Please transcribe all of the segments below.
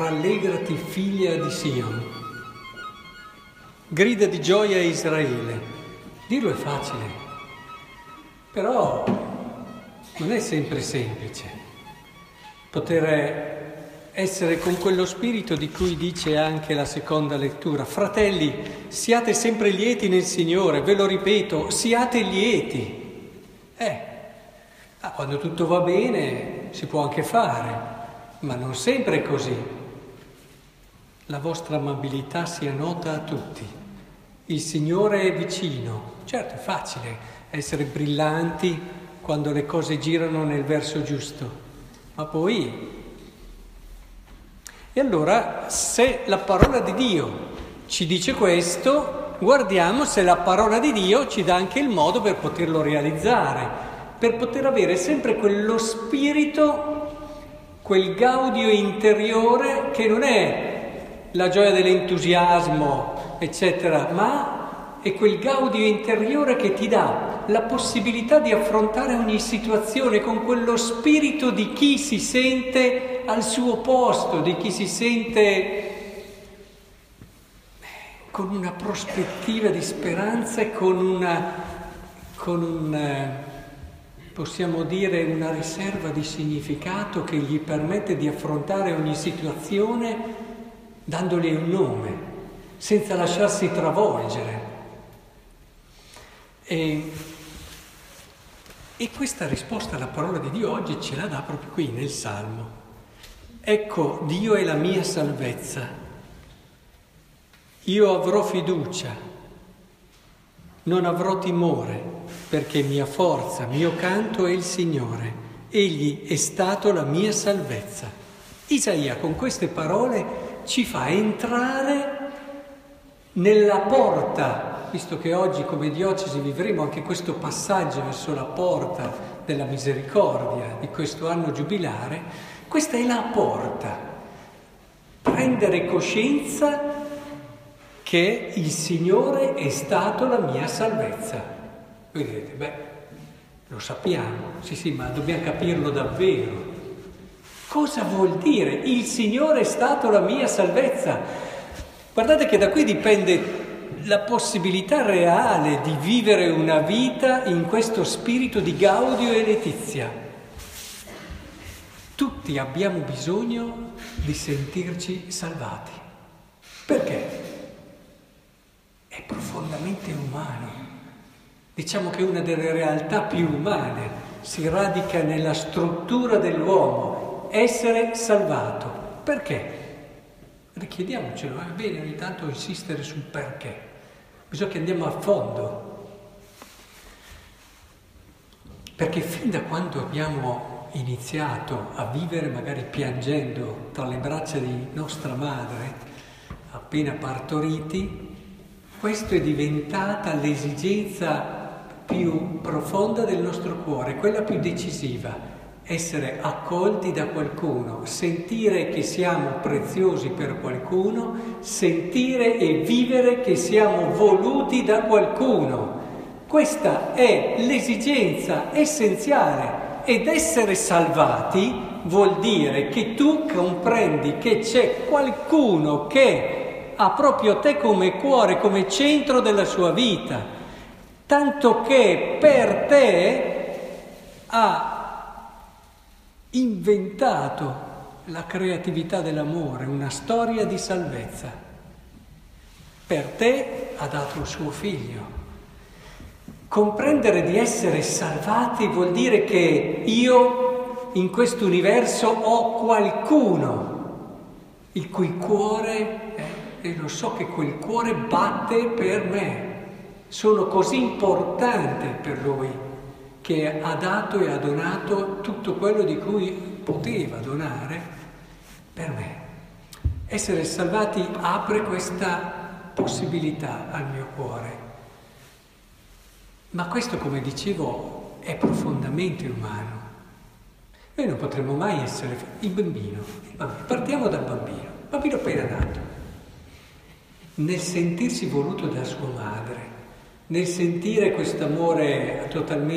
rallegrati figlia di Sion, grida di gioia a Israele. Dirlo è facile, però non è sempre semplice poter essere con quello spirito di cui dice anche la seconda lettura. Fratelli, siate sempre lieti nel Signore, ve lo ripeto, siate lieti. Quando tutto va bene si può anche fare, ma non sempre è così. La vostra amabilità sia nota a tutti. Il Signore è vicino. Certo, è facile essere brillanti quando le cose girano nel verso giusto, ma poi... E allora, se la parola di Dio ci dice questo, guardiamo se la parola di Dio ci dà anche il modo per poterlo realizzare, per poter avere sempre quello spirito, quel gaudio interiore che non è la gioia dell'entusiasmo, eccetera, ma è quel gaudio interiore che ti dà la possibilità di affrontare ogni situazione con quello spirito di chi si sente al suo posto, di chi si sente con una prospettiva di speranza e possiamo dire, una riserva di significato che gli permette di affrontare ogni situazione dandogli un nome, senza lasciarsi travolgere. E questa risposta alla parola di Dio oggi ce la dà proprio qui nel Salmo. Ecco, Dio è la mia salvezza. Io avrò fiducia, non avrò timore, perché mia forza, mio canto è il Signore. Egli è stato la mia salvezza. Isaia con queste parole ci fa entrare nella porta, visto che oggi come diocesi vivremo anche questo passaggio verso la porta della misericordia di questo anno giubilare. Questa è la porta, prendere coscienza che il Signore è stato la mia salvezza. Voi direte, lo sappiamo, sì, ma dobbiamo capirlo davvero. Cosa vuol dire? Il Signore è stato la mia salvezza. Guardate che da qui dipende la possibilità reale di vivere una vita in questo spirito di gaudio e letizia. Tutti abbiamo bisogno di sentirci salvati. Perché? È profondamente umano. Diciamo che una delle realtà più umane si radica nella struttura dell'uomo, essere salvato. Perché? Richiediamocelo, è bene ogni tanto insistere sul perché. Bisogna che andiamo a fondo. Perché fin da quando abbiamo iniziato a vivere magari piangendo tra le braccia di nostra madre, appena partoriti, questo è diventata l'esigenza più profonda del nostro cuore, quella più decisiva. Essere accolti da qualcuno, sentire che siamo preziosi per qualcuno, sentire e vivere che siamo voluti da qualcuno. Questa è l'esigenza essenziale, ed essere salvati vuol dire che tu comprendi che c'è qualcuno che ha proprio te come cuore, come centro della sua vita, tanto che per te ha inventato la creatività dell'amore, una storia di salvezza. Per te ha dato il suo figlio. Comprendere di essere salvati vuol dire che io in questo universo ho qualcuno il cui cuore, e lo so che quel cuore batte per me. Sono così importante per lui che ha dato e ha donato tutto quello di cui poteva donare per me. Essere salvati apre questa possibilità al mio cuore. Ma questo, come dicevo, è profondamente umano. Noi non potremo mai essere il bambino. Partiamo dal bambino appena nato. Nel sentirsi voluto da sua madre, nel sentire questo amore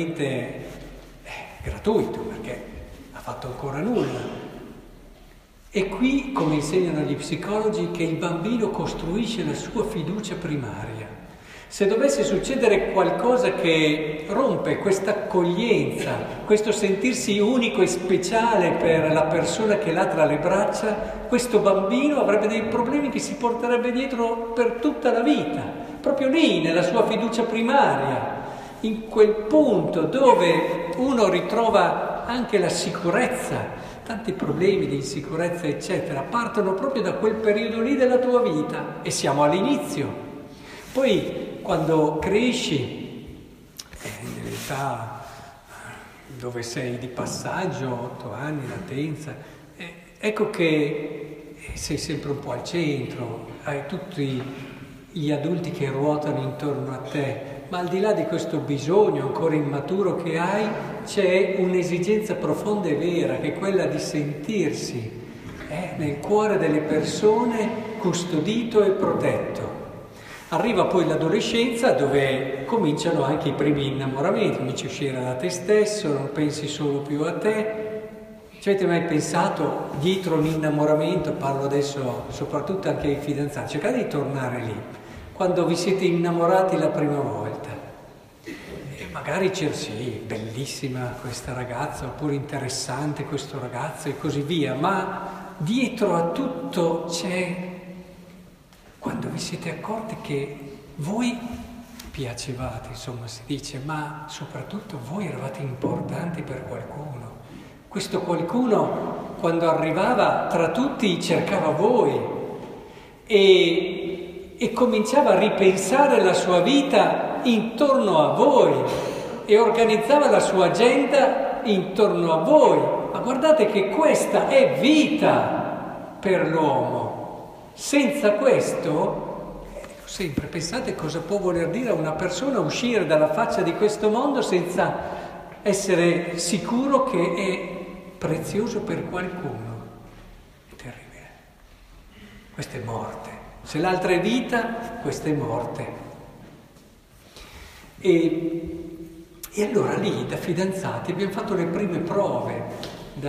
totalmente gratuito, perché ha fatto ancora nulla, È qui, come insegnano gli psicologi, che il bambino costruisce la sua fiducia primaria. Se dovesse succedere qualcosa che rompe questa accoglienza, questo sentirsi unico e speciale per la persona che l'ha tra le braccia, questo bambino avrebbe dei problemi che si porterebbe dietro per tutta la vita, proprio lì, nella sua fiducia primaria, in quel punto dove uno ritrova anche la sicurezza. Tanti problemi di insicurezza, eccetera, partono proprio da quel periodo lì della tua vita e siamo all'inizio. Poi, quando cresci, nell'età dove sei di passaggio, 8 anni, latenza, ecco che sei sempre un po' al centro, hai tutti gli adulti che ruotano intorno a te, ma al di là di questo bisogno ancora immaturo che hai, c'è un'esigenza profonda e vera, che è quella di sentirsi nel cuore delle persone custodito e protetto. Arriva poi l'adolescenza, dove cominciano anche i primi innamoramenti, cominci a uscire da te stesso, non pensi solo più a te. Ci avete mai pensato, dietro un innamoramento, parlo adesso soprattutto anche ai fidanzati, cercate di tornare lì, quando vi siete innamorati la prima volta. E magari c'è, sì, bellissima questa ragazza, oppure interessante questo ragazzo e così via, ma dietro a tutto c'è, quando vi siete accorti che voi piacevate, insomma si dice, ma soprattutto voi eravate importanti per qualcuno. Questo qualcuno, quando arrivava tra tutti, cercava voi e cominciava a ripensare la sua vita intorno a voi e organizzava la sua agenda intorno a voi. Ma guardate che questa è vita per l'uomo. Senza questo, dico sempre, pensate cosa può voler dire a una persona uscire dalla faccia di questo mondo senza essere sicuro che è prezioso per qualcuno. È terribile. Questa è morte. Se l'altra è vita, questa è morte. E allora lì, da fidanzati, abbiamo fatto le prime prove,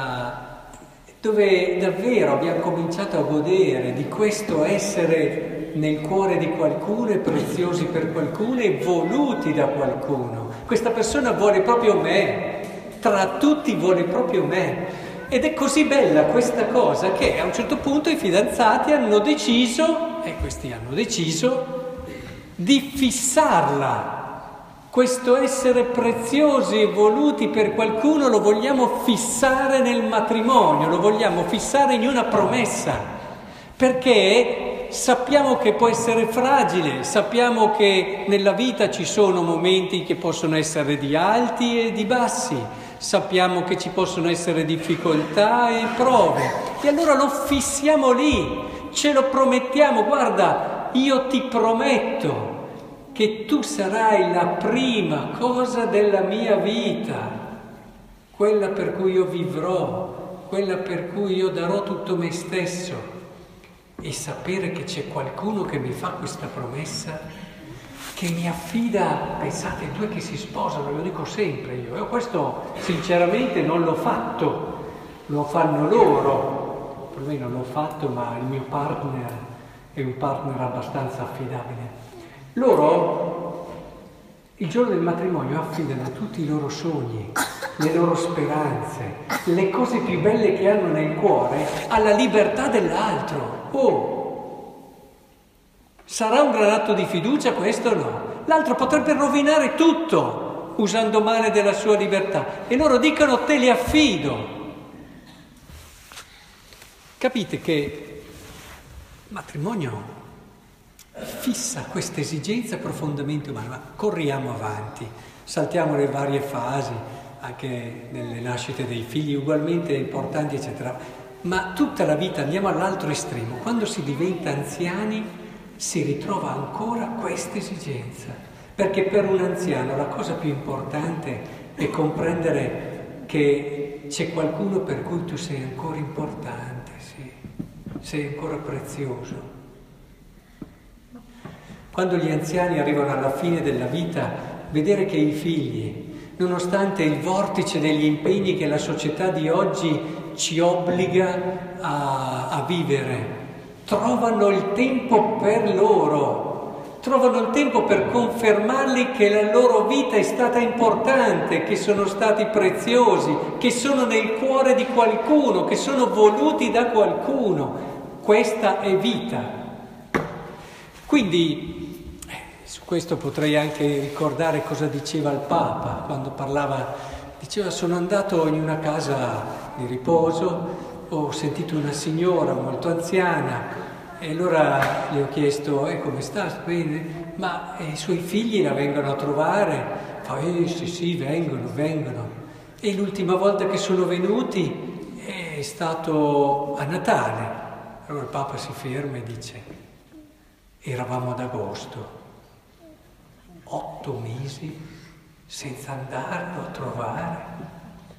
dove davvero abbiamo cominciato a godere di questo essere nel cuore di qualcuno e preziosi per qualcuno e voluti da qualcuno. Questa persona vuole proprio me, tra tutti vuole proprio me. Ed è così bella questa cosa che a un certo punto i fidanzati hanno deciso, e questi hanno deciso, di fissarla. Questo essere preziosi e voluti per qualcuno lo vogliamo fissare nel matrimonio, lo vogliamo fissare in una promessa, perché sappiamo che può essere fragile, sappiamo che nella vita ci sono momenti che possono essere di alti e di bassi, sappiamo che ci possono essere difficoltà e prove, e allora lo fissiamo lì, ce lo promettiamo, guarda, io ti prometto che tu sarai la prima cosa della mia vita, quella per cui io vivrò, quella per cui io darò tutto me stesso. E sapere che c'è qualcuno che mi fa questa promessa, che mi affida, pensate, due che si sposano, lo dico sempre io questo sinceramente non l'ho fatto, lo fanno loro, per me non l'ho fatto, ma il mio partner è un partner abbastanza affidabile. Loro, il giorno del matrimonio, affidano tutti i loro sogni, le loro speranze, le cose più belle che hanno nel cuore alla libertà dell'altro. Sarà un gran atto di fiducia questo o no? L'altro potrebbe rovinare tutto usando male della sua libertà e loro dicono te li affido. Capite che il matrimonio fissa questa esigenza profondamente umana, ma corriamo avanti, saltiamo le varie fasi, anche nelle nascite dei figli ugualmente importanti, eccetera, ma tutta la vita andiamo all'altro estremo, quando si diventa anziani si ritrova ancora questa esigenza, perché per un anziano la cosa più importante è comprendere che c'è qualcuno per cui tu sei ancora importante, sì, sei ancora prezioso. Quando gli anziani arrivano alla fine della vita, vedere che i figli, nonostante il vortice degli impegni che la società di oggi ci obbliga a vivere. Trovano il tempo per loro, trovano il tempo per confermargli che la loro vita è stata importante, che sono stati preziosi, che sono nel cuore di qualcuno, che sono voluti da qualcuno. Questa è vita. Quindi su questo potrei anche ricordare cosa diceva il Papa quando parlava, diceva: sono andato in una casa di riposo, ho sentito una signora molto anziana e allora gli ho chiesto come sta? Bene? Ma i suoi figli la vengono a trovare? Fa, sì, vengono. E l'ultima volta che sono venuti è stato a Natale. Allora il Papa si ferma e dice: eravamo ad agosto, 8 mesi senza andarlo a trovare.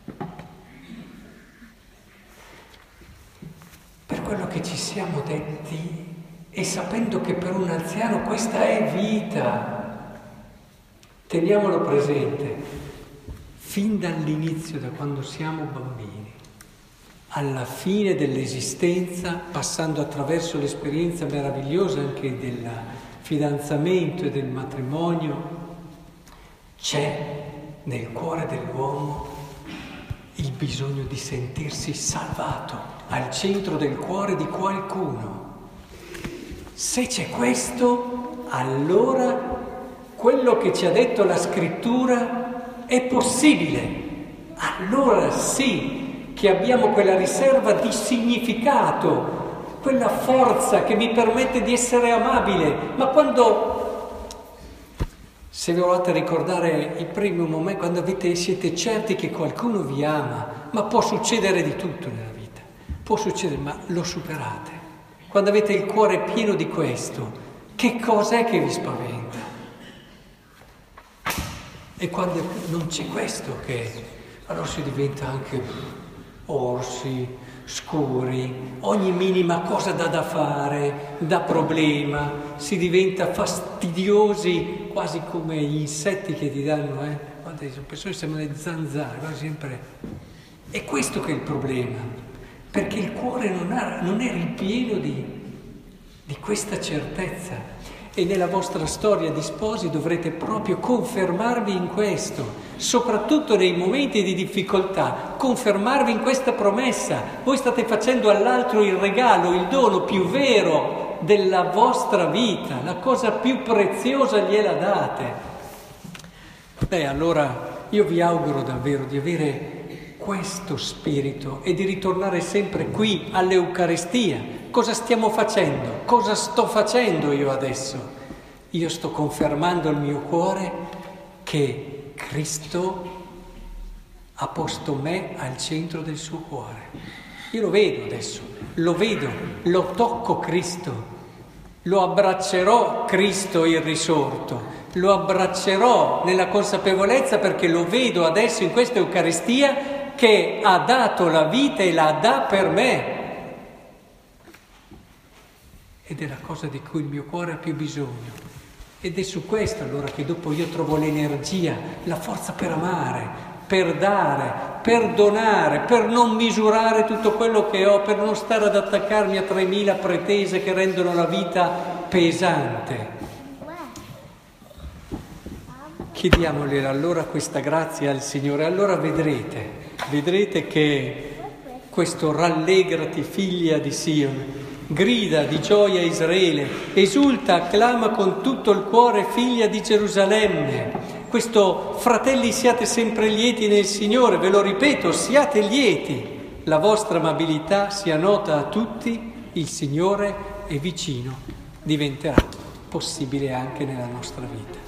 Per quello che ci siamo detti e sapendo che per un anziano questa è vita, teniamolo presente, fin dall'inizio, da quando siamo bambini, alla fine dell'esistenza, passando attraverso l'esperienza meravigliosa anche del fidanzamento e del matrimonio, c'è nel cuore dell'uomo il bisogno di sentirsi salvato, al centro del cuore di qualcuno. Se c'è questo, allora quello che ci ha detto la scrittura è possibile. Allora sì che abbiamo quella riserva di significato, quella forza che mi permette di essere amabile. Ma se volete ricordare il primo momento, quando siete certi che qualcuno vi ama, ma può succedere di tutto nella vita, può succedere, ma lo superate. Quando avete il cuore pieno di questo, che cos'è che vi spaventa? E quando non c'è questo, allora si diventa anche orsi, scuri, ogni minima cosa da fare, da problema, si diventa fastidiosi, quasi come gli insetti che ti danno, Guarda, sono persone che sembrano le zanzare, sempre. È questo che è il problema, perché il cuore non è ripieno di questa certezza. E nella vostra storia di sposi dovrete proprio confermarvi in questo, soprattutto nei momenti di difficoltà, confermarvi in questa promessa. Voi state facendo all'altro il regalo, il dono più vero della vostra vita, la cosa più preziosa gliela date. Allora io vi auguro davvero di avere questo spirito e di ritornare sempre qui all'Eucaristia. Cosa stiamo facendo? Cosa sto facendo io adesso? Io sto confermando al mio cuore che Cristo ha posto me al centro del suo cuore. Io lo vedo adesso, lo tocco Cristo, lo abbraccerò Cristo il risorto, lo abbraccerò nella consapevolezza perché lo vedo adesso in questa Eucaristia che ha dato la vita e la dà per me. Ed è la cosa di cui il mio cuore ha più bisogno. Ed è su questo allora che dopo io trovo l'energia, la forza per amare, per dare, per donare, per non misurare tutto quello che ho, per non stare ad attaccarmi a 3000 pretese che rendono la vita pesante. Chiediamole allora questa grazia al Signore, allora vedrete che questo rallegrati figlia di Sion, grida di gioia Israele, esulta, acclama con tutto il cuore figlia di Gerusalemme. Questo fratelli siate sempre lieti nel Signore, ve lo ripeto, siate lieti, la vostra amabilità sia nota a tutti, il Signore è vicino, diventerà possibile anche nella nostra vita.